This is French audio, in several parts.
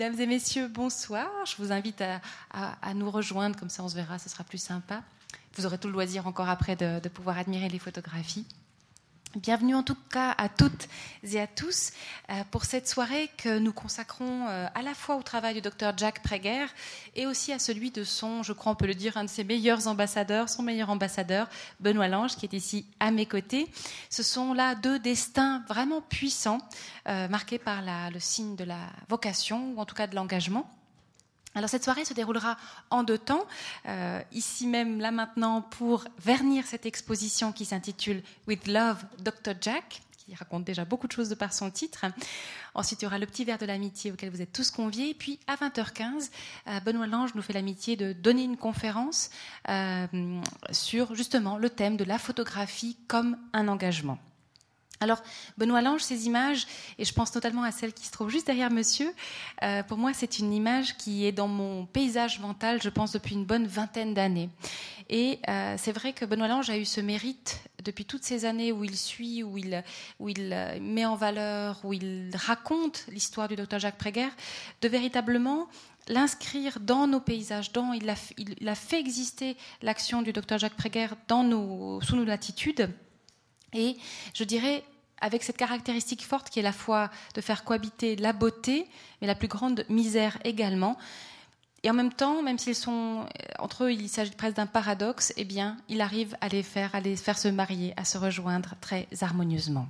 Mesdames et messieurs, bonsoir. Je vous invite à nous rejoindre, comme ça on se verra, ce sera plus sympa. Vous aurez tout le loisir encore après de pouvoir admirer les photographies. Bienvenue en tout cas à toutes et à tous pour cette soirée que nous consacrons à la fois au travail du Dr Jack Praeger et aussi à celui de son, je crois on peut le dire, un de ses meilleurs ambassadeurs, son meilleur ambassadeur, Benoît Lange, qui est ici à mes côtés. Ce sont là deux destins vraiment puissants, marqués par le signe de la vocation, ou en tout cas de l'engagement. Alors cette soirée se déroulera en deux temps, ici même, là maintenant, pour vernir cette exposition qui s'intitule « With Love, Dr Jack », qui raconte déjà beaucoup de choses de par son titre. Ensuite, il y aura le petit verre de l'amitié auquel vous êtes tous conviés. Puis, à 20h15, Benoît Lange nous fait l'amitié de donner une conférence sur justement le thème de la photographie comme un engagement. Alors, Benoît Lange, ces images, et je pense notamment à celle qui se trouve juste derrière monsieur, pour moi, c'est une image qui est dans mon paysage mental, je pense, depuis une bonne vingtaine d'années. Et c'est vrai que Benoît Lange a eu ce mérite, depuis toutes ces années où il suit, où il met en valeur, où il raconte l'histoire du Dr Jack Praeger, de véritablement l'inscrire dans nos paysages. Il a fait exister l'action du Dr Jack Praeger sous nos latitudes. Et je dirais, avec cette caractéristique forte qui est la fois de faire cohabiter la beauté, mais la plus grande misère également. Et en même temps, même s'ils sont entre eux, il s'agit presque d'un paradoxe, eh bien, il arrive à les faire se marier, à se rejoindre très harmonieusement.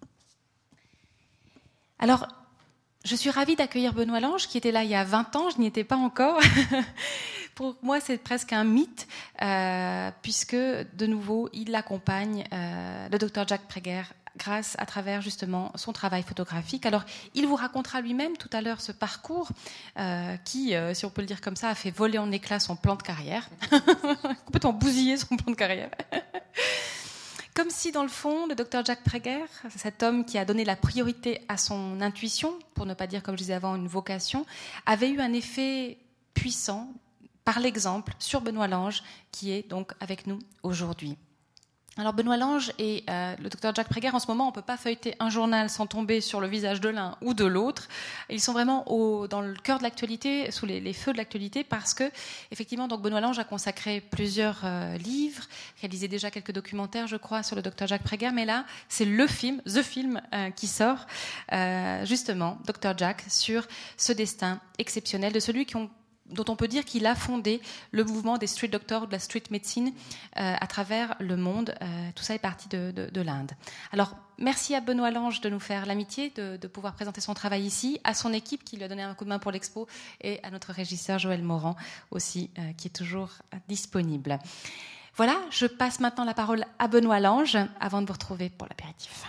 Alors, je suis ravie d'accueillir Benoît Lange, qui était là il y a 20 ans, je n'y étais pas encore. Pour moi, c'est presque un mythe, puisque, de nouveau, il accompagne le Dr Jack Praeger à travers justement son travail photographique. Alors, il vous racontera lui-même tout à l'heure ce parcours qui, si on peut le dire comme ça, a fait voler en éclats son plan de carrière. Complètement bousillé son plan de carrière. Comme si, dans le fond, le Dr Jack Praeger, cet homme qui a donné la priorité à son intuition, pour ne pas dire, comme je disais avant, une vocation, avait eu un effet puissant, par l'exemple, sur Benoît Lange, qui est donc avec nous aujourd'hui. Alors Benoît Lange et le Dr Jack Praeger, en ce moment, on ne peut pas feuilleter un journal sans tomber sur le visage de l'un ou de l'autre. Ils sont vraiment dans le cœur de l'actualité, sous les feux de l'actualité, parce que, effectivement, donc Benoît Lange a consacré plusieurs livres, réalisé déjà quelques documentaires, je crois, sur le Dr Jack Praeger, mais là, c'est The Film qui sort, justement, Dr Jack, sur ce destin exceptionnel de celui dont on peut dire qu'il a fondé le mouvement des street doctors, de la street médecine à travers le monde. Tout ça est parti de l'Inde. Alors, merci à Benoît Lange de nous faire l'amitié de pouvoir présenter son travail ici, à son équipe qui lui a donné un coup de main pour l'expo et à notre régisseur Joël Morand aussi, qui est toujours disponible. Voilà, je passe maintenant la parole à Benoît Lange avant de vous retrouver pour l'apéritif.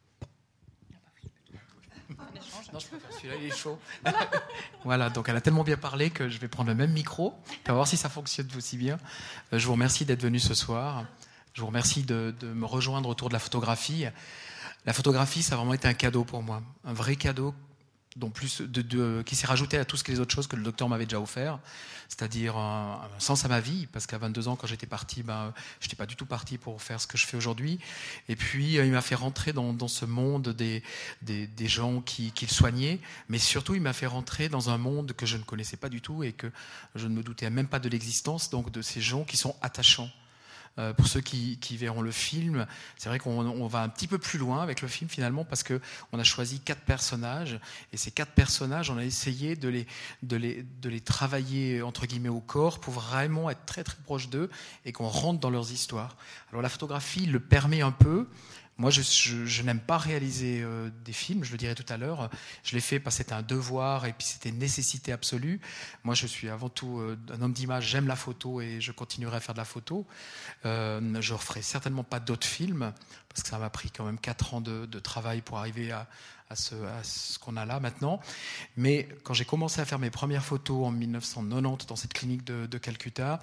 Non, je préfère celui-là, il est chaud. Voilà, donc elle a tellement bien parlé que je vais prendre le même micro. On va voir si ça fonctionne aussi bien. Je vous remercie d'être venu ce soir. Je vous remercie de me rejoindre autour de la photographie. La photographie, ça a vraiment été un cadeau pour moi. Un vrai cadeau qui s'est rajouté à tout ce que les autres choses que le docteur m'avait déjà offert, c'est-à-dire un sens à ma vie, parce qu'à 22 ans, quand j'étais parti, je n'étais pas du tout parti pour faire ce que je fais aujourd'hui. Et puis, il m'a fait rentrer dans ce monde des gens qui le soignaient, mais surtout, il m'a fait rentrer dans un monde que je ne connaissais pas du tout et que je ne me doutais même pas de l'existence, donc de ces gens qui sont attachants. Pour ceux qui verront le film, c'est vrai qu'on va un petit peu plus loin avec le film finalement parce qu'on a choisi 4 personnages et ces 4 personnages, on a essayé de les travailler entre guillemets au corps pour vraiment être très très proche d'eux et qu'on rentre dans leurs histoires. Alors la photographie le permet un peu. Moi, je n'aime pas réaliser des films, je le dirai tout à l'heure. Je l'ai fait parce que c'était un devoir et puis c'était une nécessité absolue. Moi, je suis avant tout un homme d'image, j'aime la photo et je continuerai à faire de la photo. Je ne referai certainement pas d'autres films parce que ça m'a pris quand même 4 ans de travail pour arriver à ce qu'on a là maintenant. Mais quand j'ai commencé à faire mes premières photos en 1990 dans cette clinique de Calcutta,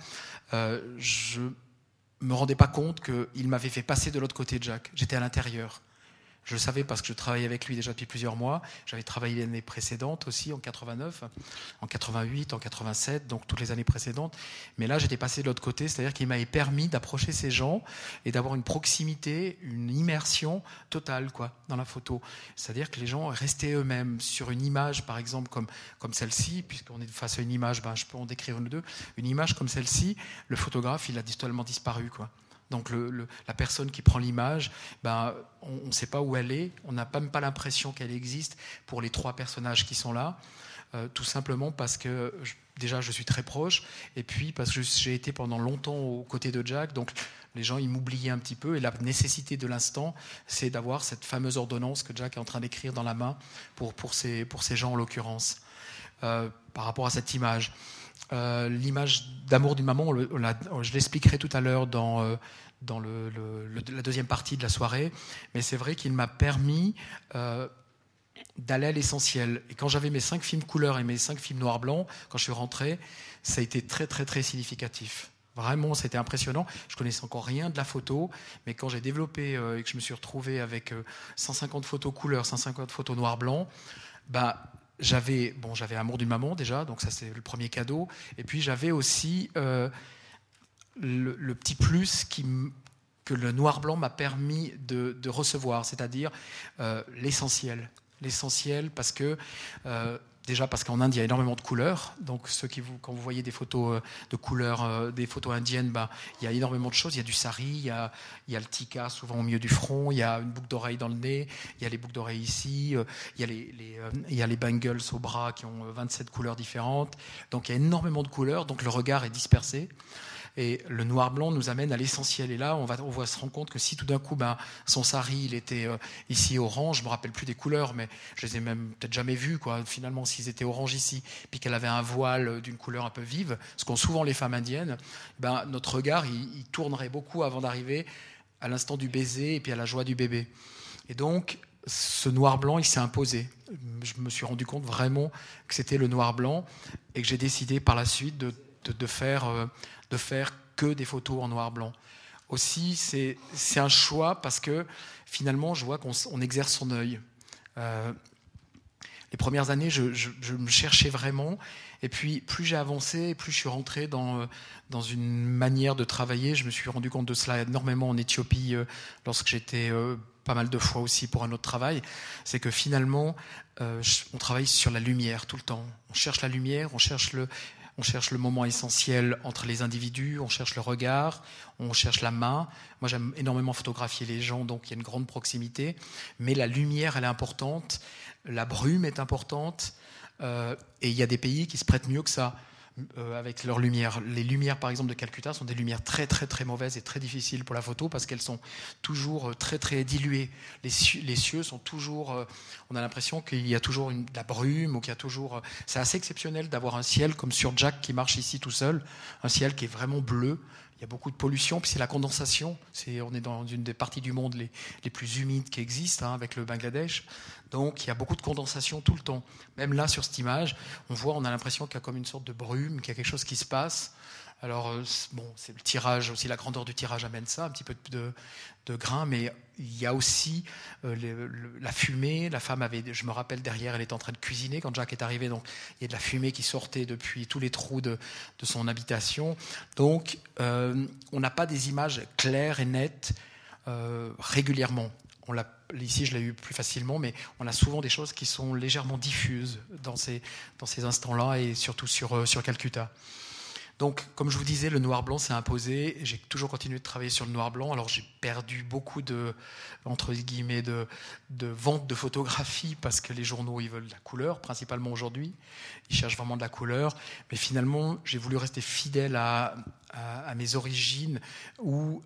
je me rendais pas compte qu'il m'avait fait passer de l'autre côté de Jack. J'étais à l'intérieur. Je le savais parce que je travaillais avec lui déjà depuis plusieurs mois. J'avais travaillé l'année précédente aussi, en 89, en 88, en 87, donc toutes les années précédentes. Mais là, j'étais passé de l'autre côté, c'est-à-dire qu'il m'avait permis d'approcher ces gens et d'avoir une proximité, une immersion totale quoi, dans la photo. C'est-à-dire que les gens restaient eux-mêmes sur une image, par exemple, comme celle-ci, puisqu'on est face à une image, je peux en décrire une ou deux. Une image comme celle-ci, le photographe, il a totalement disparu, quoi. Donc la personne qui prend l'image, on ne sait pas où elle est, on n'a même pas l'impression qu'elle existe pour les 3 personnages qui sont là, tout simplement parce que déjà je suis très proche, et puis parce que j'ai été pendant longtemps aux côtés de Jack, donc les gens ils m'oubliaient un petit peu, et la nécessité de l'instant, c'est d'avoir cette fameuse ordonnance que Jack est en train d'écrire dans la main pour ces gens en l'occurrence, par rapport à cette image. L'image d'amour d'une maman, je l'expliquerai tout à l'heure dans la deuxième partie de la soirée, mais c'est vrai qu'il m'a permis d'aller à l'essentiel. Et quand j'avais mes 5 films couleurs et mes 5 films noir-blanc, quand je suis rentré, ça a été très très très significatif. Vraiment, c'était impressionnant. Je connaissais encore rien de la photo, mais quand j'ai développé et que je me suis retrouvé avec 150 photos couleurs, 150 photos noir-blanc, j'avais Amour d'une maman déjà, donc ça c'est le premier cadeau. Et puis j'avais aussi le petit plus que le noir-blanc m'a permis de recevoir, c'est-à-dire l'essentiel. L'essentiel parce que déjà parce qu'en Inde il y a énormément de couleurs, donc quand vous voyez des photos de couleurs, des photos indiennes, il y a énormément de choses. Il y a du sari, il y a le tika souvent au milieu du front, il y a une boucle d'oreille dans le nez, il y a les boucles d'oreille ici, il y a les bangles au bras qui ont 27 couleurs différentes. Donc il y a énormément de couleurs, donc le regard est dispersé. Et le noir-blanc nous amène à l'essentiel. Et là, on va se rendre compte que si tout d'un coup, son sari, il était ici orange, je me rappelle plus des couleurs, mais je les ai même peut-être jamais vus, quoi. Finalement, s'ils étaient orange ici, puis qu'elle avait un voile d'une couleur un peu vive, ce qu'ont souvent les femmes indiennes, notre regard, il tournerait beaucoup avant d'arriver à l'instant du baiser et puis à la joie du bébé. Et donc, ce noir-blanc, il s'est imposé. Je me suis rendu compte vraiment que c'était le noir-blanc et que j'ai décidé par la suite de faire que des photos en noir-blanc. Aussi, c'est un choix parce que finalement, je vois qu'on exerce son œil. Les premières années, je me cherchais vraiment. Et puis, plus j'ai avancé, plus je suis rentré dans une manière de travailler. Je me suis rendu compte de cela énormément en Éthiopie, lorsque j'étais pas mal de fois aussi pour un autre travail. C'est que finalement, on travaille sur la lumière tout le temps. On cherche la lumière, on cherche le moment essentiel entre les individus, on cherche le regard, on cherche la main. Moi, j'aime énormément photographier les gens, donc il y a une grande proximité. Mais la lumière, elle est importante, la brume est importante, et il y a des pays qui se prêtent mieux que ça avec leur lumière. Les lumières, par exemple, de Calcutta sont des lumières très, très, très mauvaises et très difficiles pour la photo parce qu'elles sont toujours très, très diluées. Les cieux sont toujours... on a l'impression qu'il y a toujours de la brume ou qu'il y a toujours... c'est assez exceptionnel d'avoir un ciel comme sur Jack qui marche ici tout seul, un ciel qui est vraiment bleu. Il y a beaucoup de pollution, puis c'est la condensation. On est dans une des parties du monde les plus humides qui existent, avec le Bangladesh. Donc il y a beaucoup de condensation tout le temps. Même là, sur cette image, on a l'impression qu'il y a comme une sorte de brume, qu'il y a quelque chose qui se passe. Alors, c'est le tirage aussi, la grandeur du tirage amène ça, un petit peu de grain, mais il y a aussi la fumée. La femme je me rappelle, derrière, elle était en train de cuisiner quand Jack est arrivé, donc il y a de la fumée qui sortait depuis tous les trous de son habitation. Donc, on n'a pas des images claires et nettes régulièrement. Ici, je l'ai eu plus facilement, mais on a souvent des choses qui sont légèrement diffuses dans ces instants-là, et surtout sur Calcutta. Donc, comme je vous disais, le noir-blanc s'est imposé. J'ai toujours continué de travailler sur le noir-blanc. Alors, j'ai perdu beaucoup entre guillemets, de vente de photographies parce que les journaux, ils veulent de la couleur, principalement aujourd'hui. Ils cherchent vraiment de la couleur. Mais finalement, j'ai voulu rester fidèle à mes origines où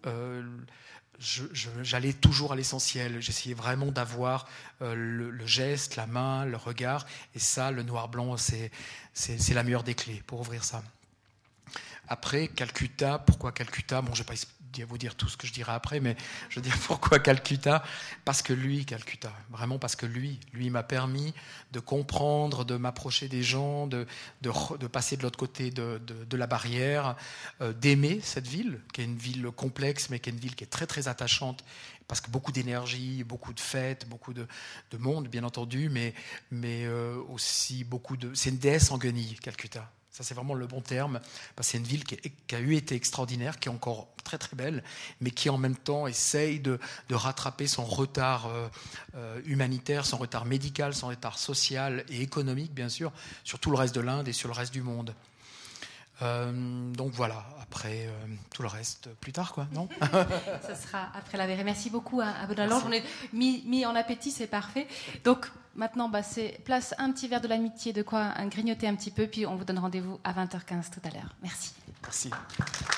j'allais toujours à l'essentiel. J'essayais vraiment d'avoir le geste, la main, le regard. Et ça, le noir-blanc, c'est la meilleure des clés pour ouvrir ça. Après, Calcutta, pourquoi Calcutta ? Je ne vais pas vous dire tout ce que je dirai après, mais je veux dire pourquoi Calcutta? Parce que lui, Calcutta, vraiment parce que lui m'a permis de comprendre, de m'approcher des gens, de passer de l'autre côté de la barrière, d'aimer cette ville, qui est une ville complexe, mais qui est une ville qui est très très attachante, parce que beaucoup d'énergie, beaucoup de fêtes, beaucoup de monde, bien entendu, mais aussi beaucoup de... C'est une déesse en guenilles, Calcutta. Ça, c'est vraiment le bon terme, parce que c'est une ville qui a été extraordinaire, qui est encore très très belle, mais qui en même temps essaye de rattraper son retard humanitaire, son retard médical, son retard social et économique, bien sûr, sur tout le reste de l'Inde et sur le reste du monde. Donc voilà, après tout le reste plus tard, quoi, non? Ça sera après la verrée. Merci beaucoup à Bonalange. On est mis en appétit, c'est parfait. Donc maintenant, c'est place un petit verre de l'amitié, de quoi grignoter un petit peu, puis on vous donne rendez-vous à 20h15 tout à l'heure. Merci. Merci.